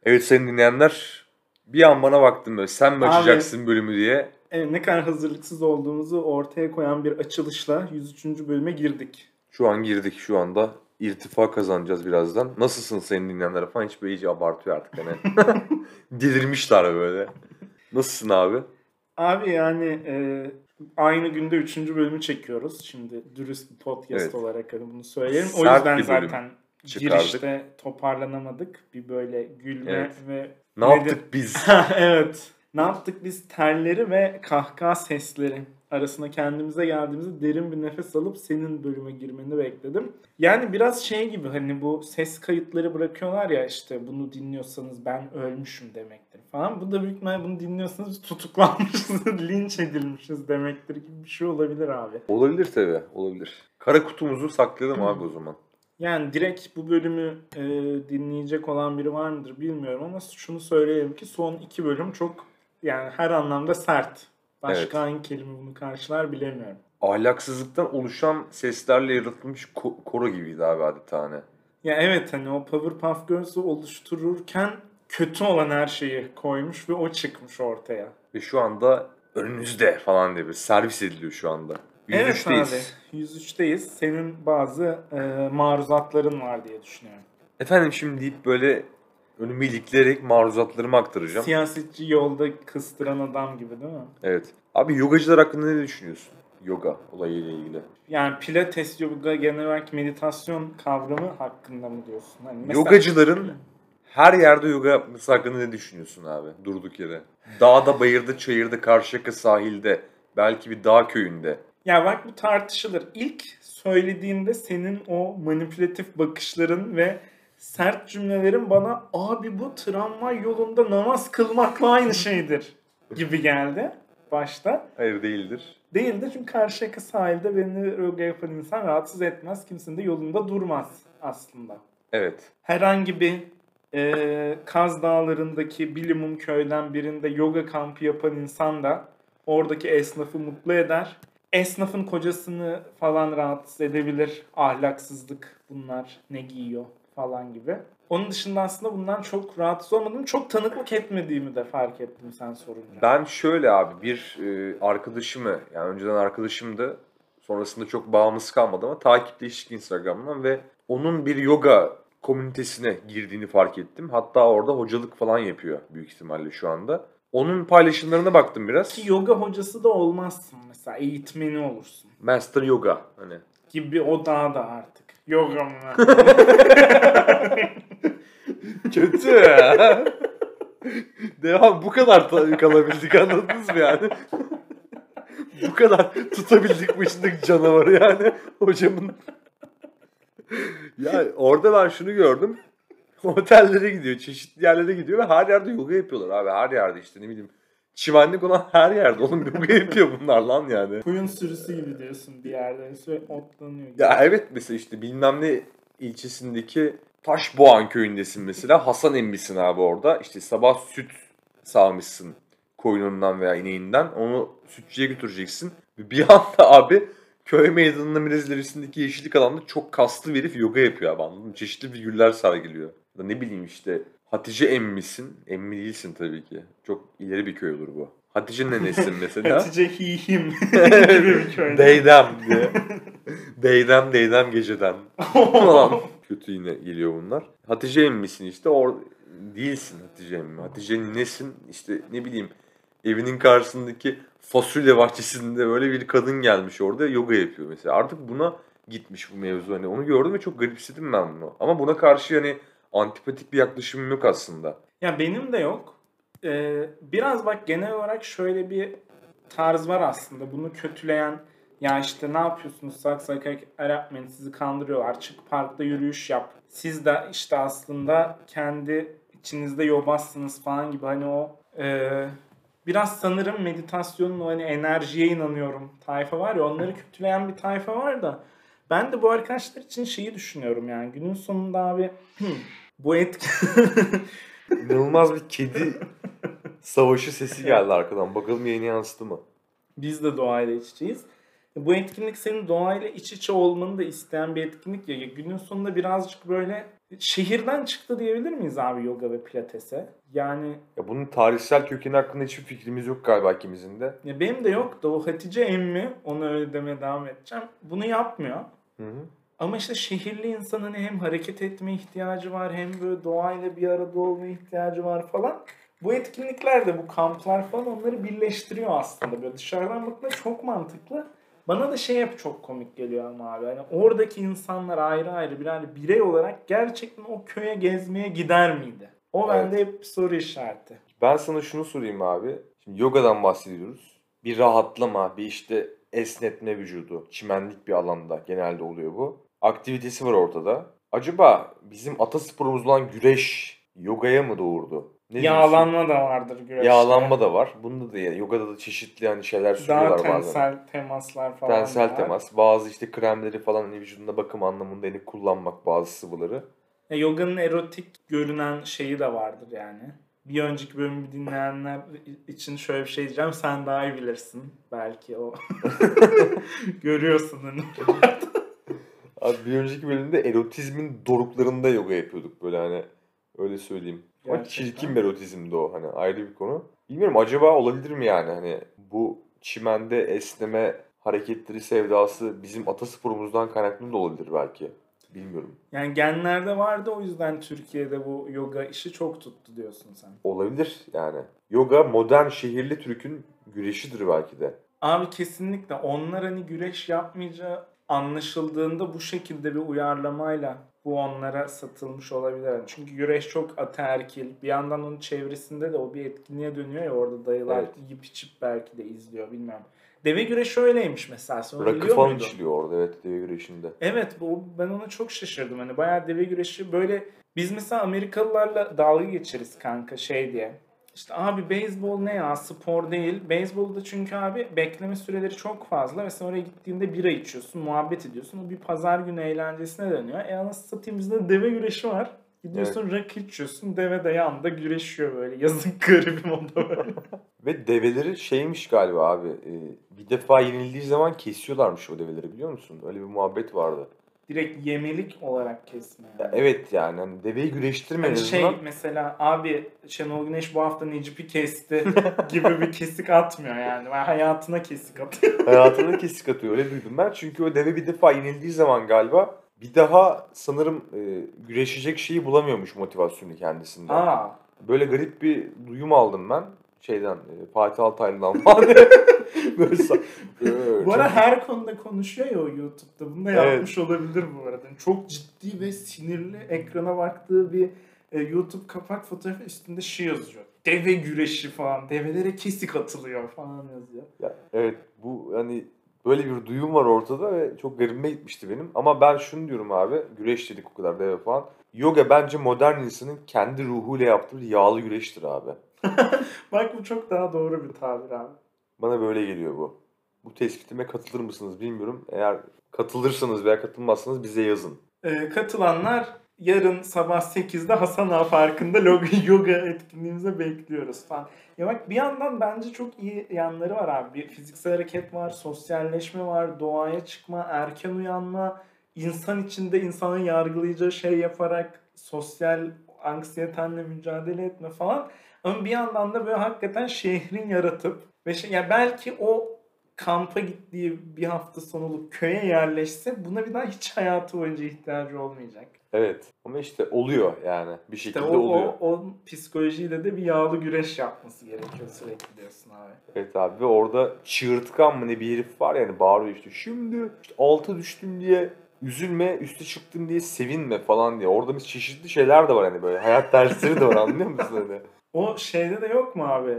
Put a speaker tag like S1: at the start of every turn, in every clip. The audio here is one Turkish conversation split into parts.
S1: Evet sayın dinleyenler, bir an bana baktım böyle sen mi
S2: Abi,
S1: açacaksın bölümü diye.
S2: ne kadar hazırlıksız olduğumuzu ortaya koyan bir açılışla 103. bölüme girdik.
S1: Şu an girdik, şu anda irtifa kazanacağız birazdan. Nasılsın sayın dinleyenler falan, hiç böyle iyice abartıyor artık hani. Delirmişler böyle. Nasılsın abi?
S2: Abi yani aynı günde 3. bölümü çekiyoruz. Şimdi dürüst bir podcast
S1: Evet.
S2: olarak hani bunu söyleyelim. O
S1: Sert
S2: yüzden
S1: bir bölüm
S2: zaten
S1: çıkardık.
S2: girişte toparlanamadık. Bir böyle gülme
S1: Evet.
S2: ve
S1: Ne
S2: nedir?
S1: yaptık biz?
S2: Evet. Ne yaptık biz? Terleri ve kahkaha sesleri arasında kendimize geldiğimizde derin bir nefes alıp senin bölüme girmeni bekledim. Yani biraz şey gibi, hani bu ses kayıtları bırakıyorlar ya, işte bunu dinliyorsanız ben ölmüşüm demektir falan. Bu da büyük ihtimalle bunu dinliyorsanız biz tutuklanmışız, linç edilmişiz demektir gibi bir şey olabilir abi.
S1: Olabilir tabii, olabilir. Kara kutumuzu saklayalım abi o zaman.
S2: Yani direkt bu bölümü dinleyecek olan biri var mıdır bilmiyorum ama şunu söyleyeyim ki son 2 bölüm çok, yani her anlamda sert. Başka
S1: Evet.
S2: hangi kelime bunu karşılar bilemiyorum.
S1: Ahlaksızlıktan oluşan seslerle yaratılmış koro gibiydi abi adeta hani.
S2: Ya evet, hani o Powerpuff Girls'ı oluştururken kötü olan her şeyi koymuş ve o çıkmış ortaya.
S1: Ve şu anda önünüzde falan diye bir servis ediliyor şu anda.
S2: Evet abi,
S1: 103'teyiz.
S2: 103'teyiz. Senin bazı maruzatların var diye düşünüyorum.
S1: Efendim şimdi deyip böyle önümü ilikleyerek maruzatlarımı aktaracağım.
S2: Siyasetçi yolda kıstıran adam gibi değil mi?
S1: Evet. Abi yogacılar hakkında ne düşünüyorsun? Yoga olayıyla ilgili.
S2: Yani Pilates, yoga, genel olarak meditasyon kavramı hakkında mı diyorsun? Hani mesela
S1: Yogacıların her yerde yoga yapması hakkında ne düşünüyorsun abi? Durduk yere. Dağda, bayırda, çayırda, Karşıyaka sahilde, belki bir dağ köyünde.
S2: ya bak, bu tartışılır. İlk söylediğinde senin o manipülatif bakışların ve sert cümlelerin bana abi bu tramvay yolunda namaz kılmakla aynı şeydir gibi geldi başta.
S1: Hayır, değildir.
S2: Değildi, çünkü Karşıyaka sahilde beni yoga yapan insan rahatsız etmez. Kimsenin de yolunda durmaz aslında.
S1: Evet.
S2: Herhangi bir Kaz Dağları'ndaki bilimum köyden birinde yoga kampı yapan insan da oradaki esnafı mutlu eder. Esnafın kocasını falan rahatsız edebilir. Ahlaksızlık bunlar, ne giyiyor falan gibi. Onun dışında aslında bundan çok rahatsız olmadım. Çok tanıklık etmediğimi de fark ettim sen sorunca.
S1: Ben şöyle abi, bir arkadaşımı, yani önceden arkadaşımdı, sonrasında çok bağımlısı kalmadı ama takipleştik Instagram'dan ve onun bir yoga komünitesine girdiğini fark ettim. Hatta orada hocalık falan yapıyor büyük ihtimalle şu anda. Onun paylaşımlarına baktım biraz.
S2: Ki yoga hocası da olmazsın mesela, eğitmeni olursun.
S1: Master Yoga hani.
S2: Gibi, o daha da artık. Yoga mı?
S1: Kötü ya. Devam, bu kadar kalabildik, anladınız mı yani? Bu kadar tutabildik bu içindeki canavarı yani hocamın. Ya orada ben şunu gördüm. Otellere gidiyor, çeşitli yerlere gidiyor ve her yerde yoga yapıyorlar abi. Her yerde işte, ne bileyim. Çimenlik olan her yerde oğlum yoga yapıyor bunlar lan yani.
S2: Koyun sürüsü gibi diyorsun bir yerde. Sürekli otlanıyor.
S1: Ya evet, mesela işte bilmem ne ilçesindeki Taşboğan köyündesin mesela. Hasan emmisin abi orada. İşte sabah süt sağmışsın koyunundan veya ineğinden. Onu sütçüye götüreceksin. Bir anda abi köy meydanının biraz ilerisindeki yeşillik alanda çok kaslı bir herif yoga yapıyor abi, anladın mı? Çeşitli figürler sergiliyor. Ya da ne bileyim işte Hatice emmisin. Emmi değilsin tabii ki. Çok ileri bir köy olur bu. Hatice nenesin mesela.
S2: Hatice hihim gibi bir köyde.
S1: Deydem diye. Deydem geceden falan. Kötü yine geliyor bunlar. Hatice emmisin işte. Değilsin Hatice emmi. Hatice ninesin. İşte ne bileyim, evinin karşısındaki fasulye bahçesinde böyle bir kadın gelmiş orada yoga yapıyor mesela. Artık buna gitmiş bu mevzu. Hani onu gördüm ve çok garipsedim ben bunu. Ama buna karşı hani antipatik bir yaklaşımım yok aslında.
S2: Ya benim de yok. Biraz bak, genel olarak şöyle bir tarz var aslında. Bunu kötüleyen, ya işte ne yapıyorsunuz, sak sak yapmayın, sizi kandırıyorlar. Çık parkta yürüyüş yap. Siz de işte aslında kendi içinizde yobazsınız falan gibi, hani o biraz sanırım meditasyonun o hani enerjiye inanıyorum tayfa var ya, onları kötüleyen bir tayfa var da ben de bu arkadaşlar için şeyi düşünüyorum, yani günün sonunda abi bu etki
S1: İnanılmaz bir kedi savaşı sesi geldi arkadan. Bakalım yayına yansıdı mı?
S2: biz de doğayla iç içeyiz. Bu etkinlik senin doğayla iç içe olmanı da isteyen bir etkinlik ya. Günün sonunda birazcık böyle şehirden çıktı diyebilir miyiz abi yoga ve pilatese? Yani
S1: Ya bunun tarihsel kökeni hakkında hiçbir fikrimiz yok galiba ikimizin de.
S2: ya benim de yok da o Hatice emmi, onu öyle demeye devam edeceğim, bunu yapmıyor.
S1: Hı hı.
S2: Ama işte şehirli insanın hem hareket etme ihtiyacı var hem böyle doğayla bir arada olma ihtiyacı var falan. Bu etkinlikler de bu kamplar falan onları birleştiriyor aslında. Böyle dışarıdan bakınca çok mantıklı. Bana da şey hep çok komik geliyor ama abi. Hani oradaki insanlar ayrı ayrı birer birey olarak gerçekten o köye gezmeye gider miydi? O bende
S1: Evet.
S2: hep bir soru işareti.
S1: Ben sana şunu sorayım abi. Şimdi yogadan bahsediyoruz. Bir rahatlama, bir işte esnetme vücudu. Çimenlik bir alanda genelde oluyor bu. Aktivitesi var ortada. Acaba bizim atasporumuz olan güreş yogaya mı doğurdu? Ne diyorsun?
S2: Yağlanma da vardır güreşte.
S1: Yağlanma da var. Bunda da yani yogada da çeşitli hani şeyler
S2: Daha
S1: sürüyorlar bazen.
S2: tensel temaslar falan da
S1: Tensel
S2: var.
S1: temas. Bazı işte kremleri falan hani vücudunda bakım anlamında hani kullanmak bazı sıvıları.
S2: Yoga'nın erotik görünen şeyi de vardır yani. Bir önceki bölümü dinleyenler için şöyle bir şey diyeceğim. Sen daha iyi bilirsin. Belki o. Görüyorsun hani.
S1: Abi bir önceki bölümde erotizmin doruklarında yoga yapıyorduk böyle hani öyle söyleyeyim. Ama
S2: Gerçekten.
S1: çirkin bir erotizmdi o hani ayrı bir konu. Bilmiyorum acaba olabilir mi yani hani bu çimende esneme hareketleri sevdası bizim atasporumuzdan kaynaklı da olabilir belki. Bilmiyorum.
S2: Yani genlerde vardı, o yüzden Türkiye'de bu yoga işi çok tuttu diyorsun sen.
S1: Olabilir yani. Yoga modern şehirli Türk'ün güreşidir belki de.
S2: Abi kesinlikle onlar hani güreş yapmayacağı anlaşıldığında bu şekilde bir uyarlamayla bu onlara satılmış olabilir. Yani çünkü güreş çok ataerkil. Bir yandan onun çevresinde de o bir etkinliğe dönüyor ya, orada dayılar
S1: Evet.
S2: yiyip içip belki de izliyor, bilmem. Deve güreşi öyleymiş mesela. Sen onu
S1: Rakı
S2: biliyor
S1: falan
S2: muydun?
S1: içiliyor orada evet deve güreşinde.
S2: Evet, ben ona çok şaşırdım. Hani bayağı deve güreşi böyle, biz mesela Amerikalılarla dalga geçeriz kanka şey diye. İşte abi beyzbol ne ya, spor değil. Beyzbolda çünkü abi bekleme süreleri çok fazla ve sen oraya gittiğinde bira içiyorsun, muhabbet ediyorsun. O bir pazar günü eğlencesine dönüyor. Anasını satayım, bizde deve güreşi var.
S1: Evet.
S2: Gidiyorsun rakı içiyorsun, deve de yanında güreşiyor böyle. Yazık garibim o da böyle.
S1: Ve develeri şeymiş galiba abi. Bir defa yenildiği zaman kesiyorlarmış o develeri biliyor musun? Öyle bir muhabbet vardı.
S2: Direkt yemelik olarak kesme
S1: Ya
S2: yani.
S1: evet yani hani deveyi güreştirme en
S2: Hani şey
S1: azından.
S2: mesela abi Şenol Güneş bu hafta Necip'i kesti gibi bir kesik atmıyor yani. Hayatına kesik atıyor.
S1: Hayatına kesik atıyor öyle duydum ben. Çünkü o deve bir defa yenildiği zaman galiba bir daha sanırım güreşecek şeyi bulamıyormuş motivasyonu kendisinde.
S2: Aa.
S1: Böyle garip bir duyum aldım ben şeyden Fatih Altaylı'dan falan. Böyle
S2: Bu ara
S1: çok
S2: her konuda konuşuyor ya o YouTube'da. Bunu da
S1: evet.
S2: yapmış olabilir bu arada. Yani çok ciddi ve sinirli ekrana baktığı bir YouTube kapak fotoğrafı, üstünde şey yazıyor. Deve güreşi falan. Develere kesik atılıyor falan yazıyor.
S1: Ya, evet bu hani böyle bir duyum var ortada ve çok garibime gitmişti benim. Ama ben şunu diyorum abi güreş dedik o kadar deve falan. Yoga bence modern insanın kendi ruhuyla yaptığı bir yağlı güreştir abi.
S2: Bak bu çok daha doğru bir tabir abi.
S1: Bana böyle geliyor bu. Bu tespitime katılır mısınız bilmiyorum. Eğer katılırsanız veya katılmazsanız bize yazın.
S2: Katılanlar yarın sabah 8'de Hasan Ağa Parkı'nda yoga etkinliğimize bekliyoruz falan. Ya bak bir yandan bence çok iyi yanları var abi. Bir fiziksel hareket var, sosyalleşme var, doğaya çıkma, erken uyanma, insan içinde insanın yargılayacağı şey yaparak sosyal anksiyetenle mücadele etme falan. Ama bir yandan da böyle hakikaten şehrin yaratıp ve ya belki o kampa gittiği bir hafta sonu köye yerleşse buna bir daha hiç hayatı boyunca ihtiyacı olmayacak.
S1: Evet ama işte oluyor yani bir
S2: İşte
S1: şekilde oluyor.
S2: o psikolojiyle de bir yağlı güreş yapması gerekiyor sürekli diyorsun abi.
S1: Evet abi ve orada çığırtkan mı ne bir herif var yani bağırıyor şimdi işte alta düştüm diye üzülme üste çıktım diye sevinme falan diye. Orada bir çeşitli şeyler de var hani böyle hayat dersleri de var anlıyor musun hani?
S2: O şeyde de yok mu abi?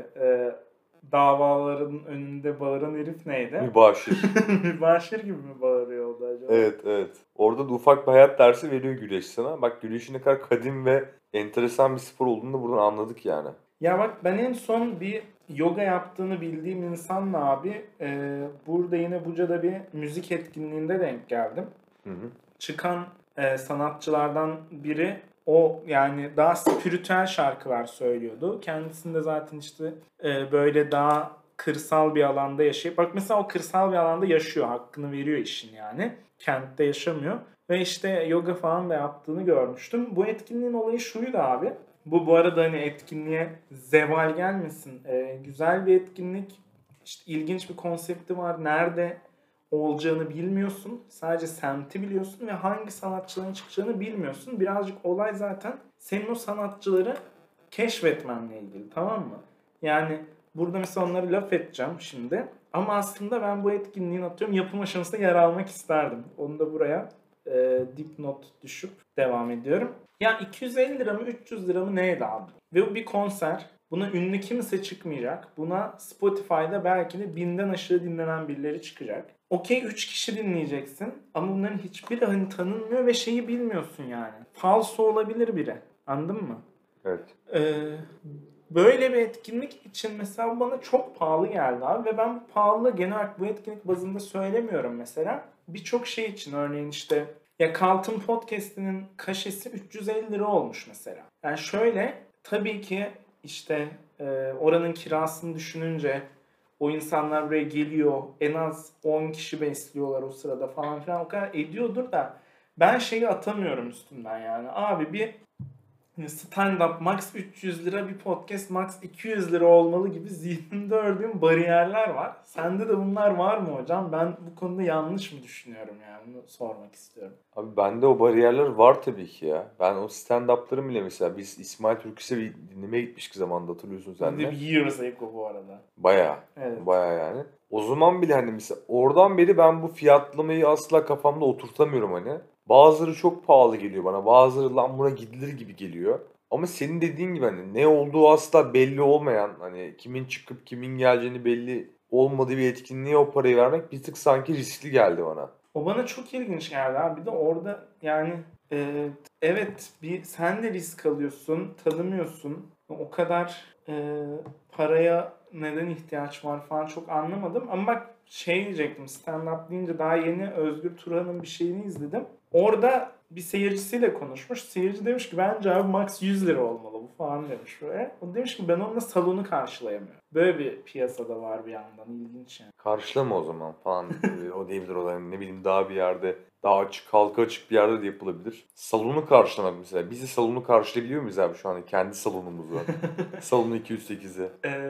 S2: Davaların önünde bağıran herif neydi?
S1: Mübaşir.
S2: Mübaşir gibi mi bağırıyordu acaba?
S1: Evet evet. Orada da ufak bir hayat dersi veriyor güreş sana. Bak güreşin ne kadar kadim ve enteresan bir spor olduğunu da buradan anladık yani.
S2: Ya bak ben en son bir yoga yaptığını bildiğim insanla abi burada yine Buca'da bir müzik etkinliğinde denk geldim.
S1: Hı hı.
S2: Çıkan sanatçılardan biri o yani daha spiritüel şarkılar söylüyordu. Kendisinde zaten işte böyle daha kırsal bir alanda yaşayıp, bak mesela o kırsal bir alanda yaşıyor, hakkını veriyor işin yani. Kentte yaşamıyor. Ve işte yoga falan da yaptığını görmüştüm. Bu etkinliğin olayı şuydu abi. Bu arada hani etkinliğe zeval gelmesin. Güzel bir etkinlik. İşte ilginç bir konsepti var. Nerede olacağını bilmiyorsun. Sadece semti biliyorsun ve hangi sanatçıların çıkacağını bilmiyorsun. Birazcık olay zaten senin o sanatçıları keşfetmenle ilgili, tamam mı? Yani burada mesela onları laf edeceğim şimdi. Ama aslında ben bu etkinliğin atıyorum yapım aşamasında yer almak isterdim. Onu da buraya dipnot düşüp devam ediyorum. Ya 250 lira mı 300 lira mı neydi abi? Ve bu bir konser. Buna ünlü kimse çıkmayacak. Buna Spotify'da belki de 1000'den aşağı dinlenen birileri çıkacak. Okey 3 kişi dinleyeceksin. Ama bunların hiçbiri hani tanınmıyor ve şeyi bilmiyorsun yani. Falso olabilir biri. Anladın mı?
S1: Evet.
S2: Böyle bir etkinlik için mesela bana çok pahalı geldi abi. Ve ben pahalı genel olarak bu etkinlik bazında söylemiyorum mesela. Birçok şey için örneğin işte ya Kaltın Podcast'inin kaşesi 350 lira olmuş mesela. Yani şöyle tabii ki işte oranın kirasını düşününce o insanlar buraya geliyor. En az 10 kişi besliyorlar o sırada falan filan. O kadar ediyordur da ben şeyi atamıyorum üstünden yani. Abi bir stand-up max 300 lira, bir podcast max 200 lira olmalı gibi zihnimde ördüğüm bariyerler var. Sende de bunlar var mı hocam? Ben bu konuda yanlış mı düşünüyorum yani? Bunu sormak istiyorum.
S1: Abi bende o bariyerler var tabii ki ya. Ben o stand-up'ların bile mesela biz İsmail Türküs'e bir dinlemeye gitmiştik zamanında, hatırlıyorsun sen de.
S2: Years ago bu arada.
S1: Bayağı.
S2: Evet.
S1: Bayağı yani. O zaman bile hani mesela oradan beri ben bu fiyatlamayı asla kafamda oturtamıyorum hani. Bazıları çok pahalı geliyor bana. Bazıları lan buna gidilir gibi geliyor. Ama senin dediğin gibi hani ne olduğu asla belli olmayan, hani kimin çıkıp kimin geleceğini belli olmadığı bir etkinliğe o parayı vermek bir tık sanki riskli geldi bana.
S2: O bana çok ilginç geldi abi. Bir de orada yani evet bir sen de risk alıyorsun, tanımıyorsun. O kadar paraya neden ihtiyaç var falan çok anlamadım. Ama bak şey diyecektim, stand-up deyince daha yeni Özgür Turan'ın bir şeyini izledim. Orada bir seyircisiyle konuşmuş. Seyirci demiş ki bence abi max 100 lira olmalı bu falan demiş böyle. O demiş ki ben onunla salonu karşılayamıyorum. Böyle bir piyasada var bir yandan, ilginç yani.
S1: Karşılama o zaman falan. O değildir o da, ne bileyim, daha bir yerde, daha açık, halka açık bir yerde de yapılabilir. Salonu karşılamak mesela. Bizi salonu karşılayabiliyor muyuz abi şu an? Kendi salonumuzu. Salonu 208'i.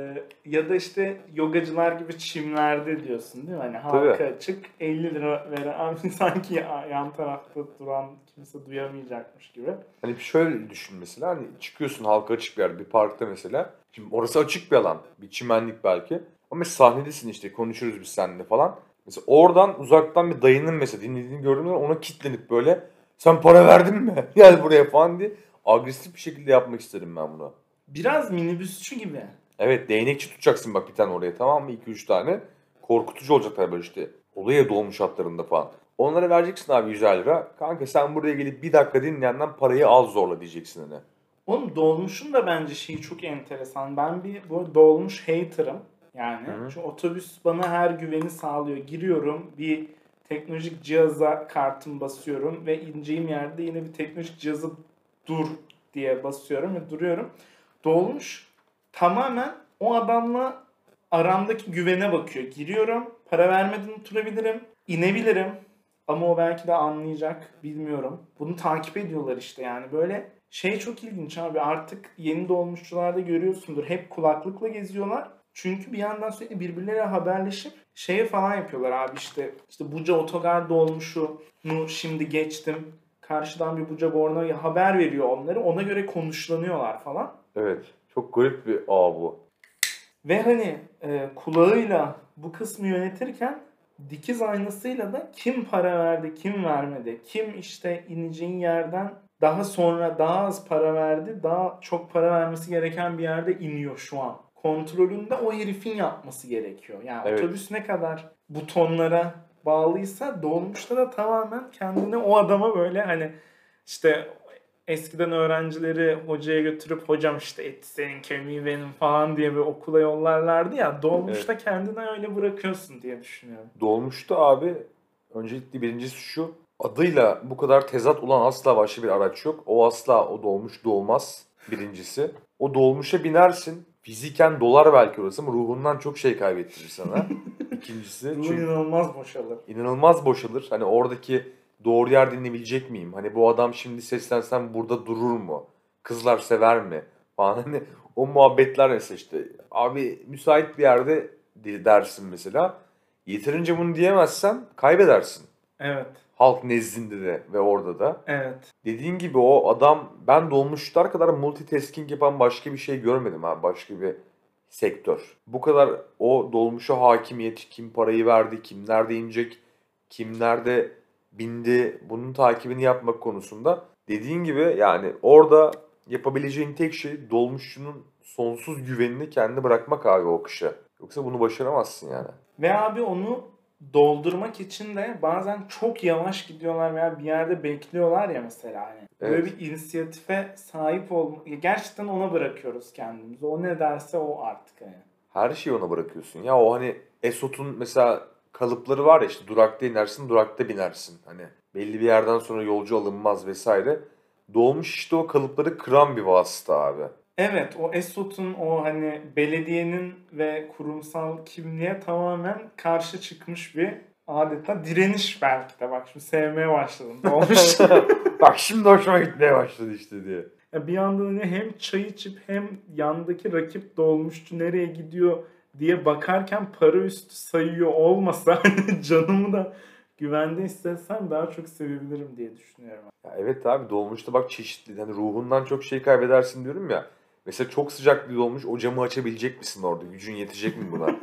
S2: Ya da işte yogacılar gibi çimlerde diyorsun değil mi? Hani halka
S1: Tabii.
S2: açık 50 lira veren abi sanki yan tarafta duran kimse duyamayacakmış gibi.
S1: Hani bir şöyle düşün mesela, hani çıkıyorsun halka açık bir yerde, bir parkta mesela. Şimdi orası açık bir alan. Bir çimenlik belki. Ama mesela sahnedesin, işte konuşuruz biz seninle falan. Mesela oradan uzaktan bir dayının mesela dinlediğini gördüğüm zaman ona kitlenip böyle sen para verdin mi? Gel buraya falan diye agresif bir şekilde yapmak isterim ben bunu.
S2: Biraz minibüsçü gibi.
S1: Evet, değnekçi tutacaksın bak bir tane oraya, tamam mı? 2-3 tane. Korkutucu olacaklar böyle işte. Olaya dolmuş hatlarında falan. Onlara vereceksin abi 150 lira. Kanka sen buraya gelip bir dakika dinleyenden parayı al zorla diyeceksin hani.
S2: Oğlum dolmuşun da bence şeyi çok enteresan. Ben bir bu dolmuş hater'ım. Yani
S1: Hı hı.
S2: şu otobüs bana her güveni sağlıyor. Giriyorum bir teknolojik cihaza kartımı basıyorum ve ineceğim yerde yine bir teknolojik cihazı dur diye basıyorum ve duruyorum. Dolmuş tamamen o adamla aramdaki güvene bakıyor. Giriyorum, para vermeden oturabilirim, inebilirim. Ama o belki de anlayacak, bilmiyorum. Bunu takip ediyorlar işte yani böyle şey çok ilginç abi, artık yeni dolmuşçularda görüyorsundur. Hep kulaklıkla geziyorlar. Çünkü bir yandan sürekli birbirleriyle haberleşip şeye falan yapıyorlar abi, işte Buca Otogar dolmuşunu şimdi geçtim. Karşıdan bir Buca Bornova'ya haber veriyor onları. Ona göre konuşlanıyorlar falan.
S1: Evet. Çok garip bir ağ bu.
S2: Ve hani kulağıyla bu kısmı yönetirken dikiz aynasıyla da kim para verdi, kim vermedi, kim işte ineceğin yerden daha sonra daha az para verdi, daha çok para vermesi gereken bir yerde iniyor şu an. Kontrolünde o herifin yapması gerekiyor. Yani
S1: Evet.
S2: otobüs ne kadar butonlara bağlıysa dolmuşta da tamamen kendini o adama böyle hani işte eskiden öğrencileri hocaya götürüp hocam işte eti senin kemiği benim falan diye bir okula yollarlardı ya, dolmuşta
S1: Evet.
S2: kendini öyle bırakıyorsun diye düşünüyorum.
S1: Dolmuşta abi, öncelikle birincisi şu. Adıyla bu kadar tezat olan asla başka bir araç yok. O asla o dolmuş dolmaz birincisi. O dolmuşa binersin. Fiziken dolar belki orası ama ruhundan çok şey kaybettirir sana. İkincisi
S2: Ruhun
S1: çünkü
S2: inanılmaz boşalır.
S1: inanılmaz boşalır. Hani oradaki doğru yerde inebilecek miyim? Hani bu adam şimdi seslensem burada durur mu? Kızlar sever mi? Falan hani o muhabbetler mesela işte. Abi müsait bir yerde dersin mesela. Yeterince bunu diyemezsen kaybedersin.
S2: Evet.
S1: Halk nezdinde de ve orada da.
S2: Evet.
S1: Dediğin gibi o adam ben dolmuşlar kadar multitasking yapan başka bir şey görmedim ha. Başka bir sektör. Bu kadar o dolmuşa hakimiyet, kim parayı verdi, kim nerede inecek, kim nerede bindi, bunun takibini yapmak konusunda. Dediğin gibi yani orada yapabileceğin tek şey dolmuşçunun sonsuz güvenini kendi bırakmak abi o akışa. Yoksa bunu başaramazsın yani.
S2: Ve abi onu doldurmak için de bazen çok yavaş gidiyorlar veya bir yerde bekliyorlar ya mesela hani. Böyle
S1: Evet.
S2: bir inisiyatife sahip gerçekten ona bırakıyoruz kendimizi. O ne derse o artık hani.
S1: Her şeyi ona bırakıyorsun. Ya o hani Esot'un mesela kalıpları var ya işte durakta inersin, durakta binersin. Hani belli bir yerden sonra yolcu alınmaz vesaire. Dolmuş işte o kalıpları kıran bir vasıta abi.
S2: Evet, o Esot'un o hani belediyenin ve kurumsal kimliğe tamamen karşı çıkmış bir adeta direniş belki de. Bak şimdi sevmeye başladım. Olmuş.
S1: Bak şimdi hoşuma gitmeye başladı işte diye.
S2: Ya bir yandan hani hem çay içip hem yandaki rakip dolmuşçu nereye gidiyor diye bakarken para üstü sayıyor olmasa hani canımı da güvende hissetsem daha çok sevebilirim diye düşünüyorum.
S1: Ya evet abi dolmuşta bak çeşitli hani ruhundan çok şey kaybedersin diyorum ya. Mesela çok sıcak bir dolmuş o camı açabilecek misin orada? Gücün yetecek mi buna?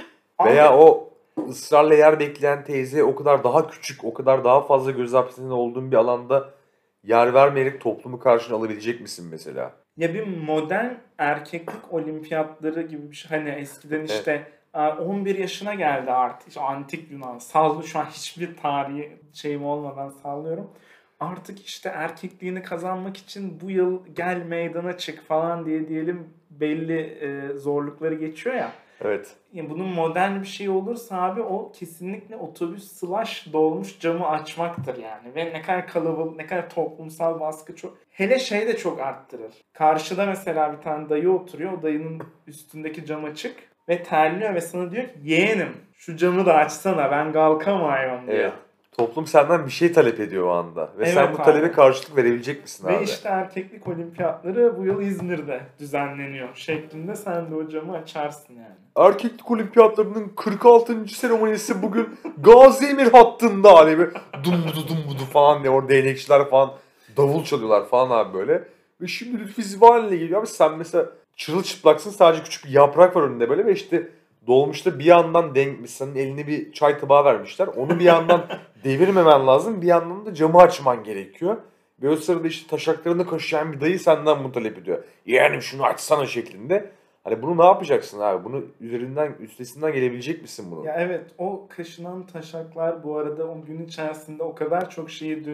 S2: Abi
S1: Veya o ısrarla yer bekleyen teyze o kadar daha küçük, o kadar daha fazla göz hapsinde olduğun bir alanda yer vermeyerek toplumu karşına alabilecek misin mesela?
S2: ya bir modern erkeklik olimpiyatları gibi bir şey. Hani eskiden
S1: Evet.
S2: işte 11 yaşına geldi artık. İşte antik Yunan. Şu an hiçbir tarihi şeyim olmadan sallıyorum. Artık işte erkekliğini kazanmak için bu yıl gel meydana çık falan diye diyelim belli zorlukları geçiyor ya.
S1: Evet.
S2: Yani bunun modern bir şey olursa abi o kesinlikle otobüs slash dolmuş camı açmaktır yani. Ve ne kadar kalabalık, ne kadar toplumsal baskı çok. Hele şey de çok arttırır. Karşıda mesela bir tane dayı oturuyor. O dayının üstündeki cam açık. Ve terliyor ve sana diyor ki yeğenim şu camı da açsana ben kalkamıyorum diyor.
S1: Evet. Toplum senden bir şey talep ediyor o anda. Ve sen
S2: Evet
S1: bu talebe
S2: abi.
S1: karşılık verebilecek misin
S2: Ve
S1: abi?
S2: işte erkeklik olimpiyatları bu yıl İzmir'de düzenleniyor şeklinde sen de o camı açarsın yani.
S1: Erkeklik olimpiyatlarının 46. seremonisi bugün Gaziemir hattında hani böyle dumbudu dumbudu falan diye orada değnekçiler falan davul çalıyorlar falan abi böyle. Ve şimdi Lütfi Zivani'yle geliyor abi sen mesela çırılçıplaksın sadece küçük bir yaprak var önünde böyle ve işte dolmuşta bir yandan denk senin eline bir çay tabağı vermişler. Onu bir yandan devirmemen lazım bir yandan da camı açman gerekiyor. Ve o sırada işte taşaklarını kaşıyan bir dayı senden bunu talep ediyor. Yani şunu açsana şeklinde. Hani bunu ne yapacaksın abi? Bunu üstesinden gelebilecek misin bunu?
S2: Ya evet o kaşınan taşaklar bu arada o gün içerisinde o kadar çok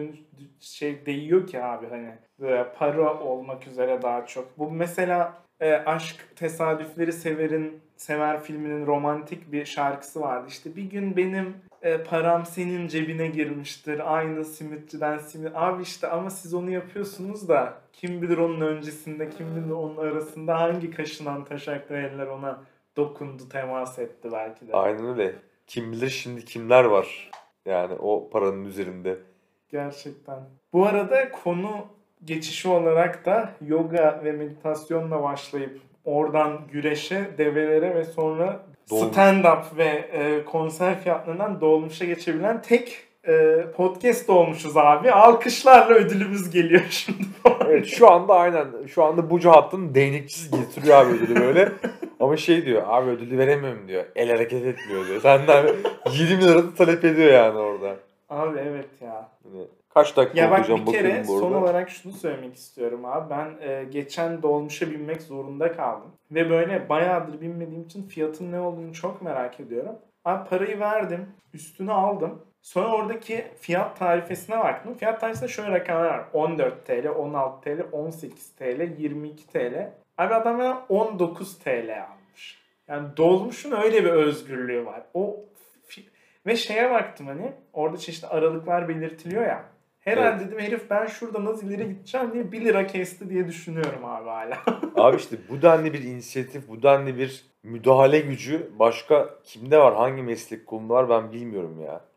S2: şey değiyor ki abi hani böyle para olmak üzere daha çok. Bu mesela Aşk Tesadüfleri Sever filminin romantik bir şarkısı vardı. İşte bir gün benim param senin cebine girmiştir. Aynı simitçiden simit. Abi işte ama siz onu yapıyorsunuz da kim bilir onun öncesinde, kim bilir onun arasında hangi kaşınan taşaklı eller ona dokundu, temas etti belki de.
S1: Aynen öyle. Kim bilir şimdi kimler var yani o paranın üzerinde.
S2: Gerçekten. Bu arada konu geçişi olarak da yoga ve meditasyonla başlayıp oradan güreşe, develere ve sonra
S1: Dolmuş.
S2: stand-up ve konser fiyatlarından dolmuşa geçebilen tek podcast olmuşuz abi. Alkışlarla ödülümüz geliyor şimdi.
S1: Evet şu anda aynen. Şu anda Buca hattının değnekçisi getiriyor abi ödülü böyle. Ama şey diyor abi ödülü veremiyorum diyor. El hareket etmiyor diyor. Senden 20 lira da talep ediyor yani orada.
S2: Abi evet ya.
S1: Hani kaç dakika
S2: Ya
S1: oldu
S2: bak
S1: hocam
S2: bir kere
S1: bakıyorum bu
S2: son
S1: arada.
S2: olarak şunu söylemek istiyorum abi. Ben geçen dolmuşa binmek zorunda kaldım. Ve böyle bayağıdır binmediğim için fiyatın ne olduğunu çok merak ediyorum. Abi parayı verdim, üstünü aldım. Sonra oradaki fiyat tarifesine baktım. Fiyat tarifesinde şöyle rakamlar var. 14 TL, 16 TL, 18 TL, 22 TL. Abi adam bana 19 TL almış. Yani dolmuşun öyle bir özgürlüğü var. Ve şeye baktım hani orada çeşitli aralıklar belirtiliyor ya. Herhalde
S1: Evet.
S2: dedim herif ben şuradan az ileri gideceğim diye 1 lira kesti diye düşünüyorum abi hala.
S1: Abi işte bu denli bir inisiyatif, bu denli bir müdahale gücü başka kimde var, hangi meslek kolunda var ben bilmiyorum ya.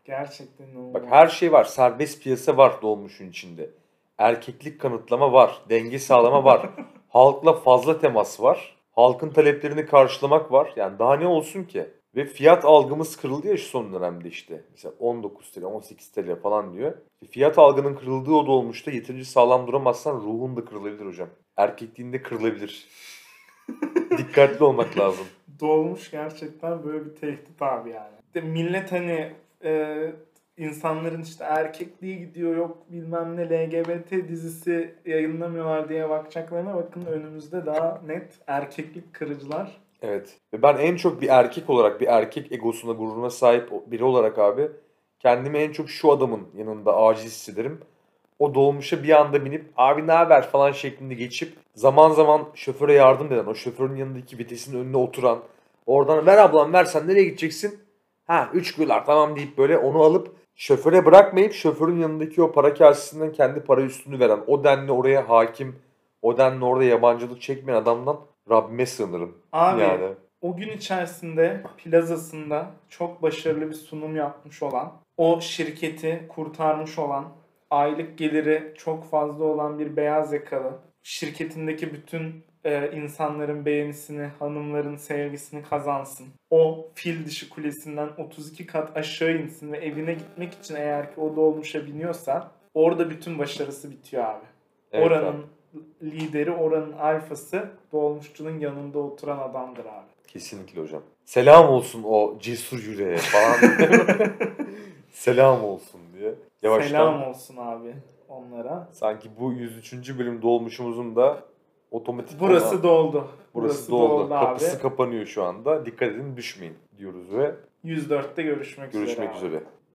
S2: Gerçekten inanılmaz.
S1: Bak her şey var. Serbest piyasa var dolmuşun içinde. Erkeklik kanıtlama var. Denge sağlama var. Halkla fazla temas var. Halkın taleplerini karşılamak var. Yani daha ne olsun ki? Ve fiyat algımız kırıldı ya şu son dönemde işte. Mesela 19 TL, 18 TL falan diyor. Fiyat algının kırıldığı o dolmuşta yeterince sağlam duramazsan ruhun da kırılabilir hocam. Erkekliğin de kırılabilir. Dikkatli olmak lazım.
S2: Dolmuş gerçekten böyle bir tehdit abi yani. De millet hani insanların işte erkekliği gidiyor yok bilmem ne LGBT dizisi yayınlamıyorlar diye bakacaklarına bakın önümüzde daha net erkeklik kırıcılar.
S1: Evet. Ve ben en çok bir erkek olarak, bir erkek egosuna, gururuna sahip biri olarak abi kendimi en çok şu adamın yanında aciz hissederim. O dolmuşa bir anda binip abi ne haber falan şeklinde geçip zaman zaman şoföre yardım eden, o şoförün yanındaki vitesin önüne oturan, oradan ver ablam ver sen nereye gideceksin? Ha 3 güler tamam deyip böyle onu alıp şoföre bırakmayıp şoförün yanındaki o para kasesinden kendi para üstünü veren, o denli oraya hakim, o denli orada yabancılık çekmeyen adamdan Rabbime sığınırım.
S2: Abi
S1: Yani.
S2: o gün içerisinde plazasında çok başarılı bir sunum yapmış olan, o şirketi kurtarmış olan, aylık geliri çok fazla olan bir beyaz yakalı, şirketindeki bütün insanların beğenisini, hanımların sevgisini kazansın. O fil dişi kulesinden 32 kat aşağı insin ve evine gitmek için eğer ki o dolmuşa biniyorsa orada bütün başarısı bitiyor abi.
S1: Evet
S2: Oranın
S1: abi.
S2: lideri, oranın alfası dolmuşçunun yanında oturan adamdır abi.
S1: Kesinlikle hocam. Selam olsun o cesur yüreğe falan. Selam olsun diye. Yavaştan
S2: Selam olsun abi onlara.
S1: sanki bu 103. bölüm dolmuşumuzun da otomatik
S2: Burası
S1: ona-
S2: doldu.
S1: burası doldu.
S2: abi.
S1: Kapısı kapanıyor şu anda. Dikkat edin düşmeyin diyoruz ve
S2: 104'te görüşmek
S1: görüşmek
S2: üzere abi.
S1: üzere.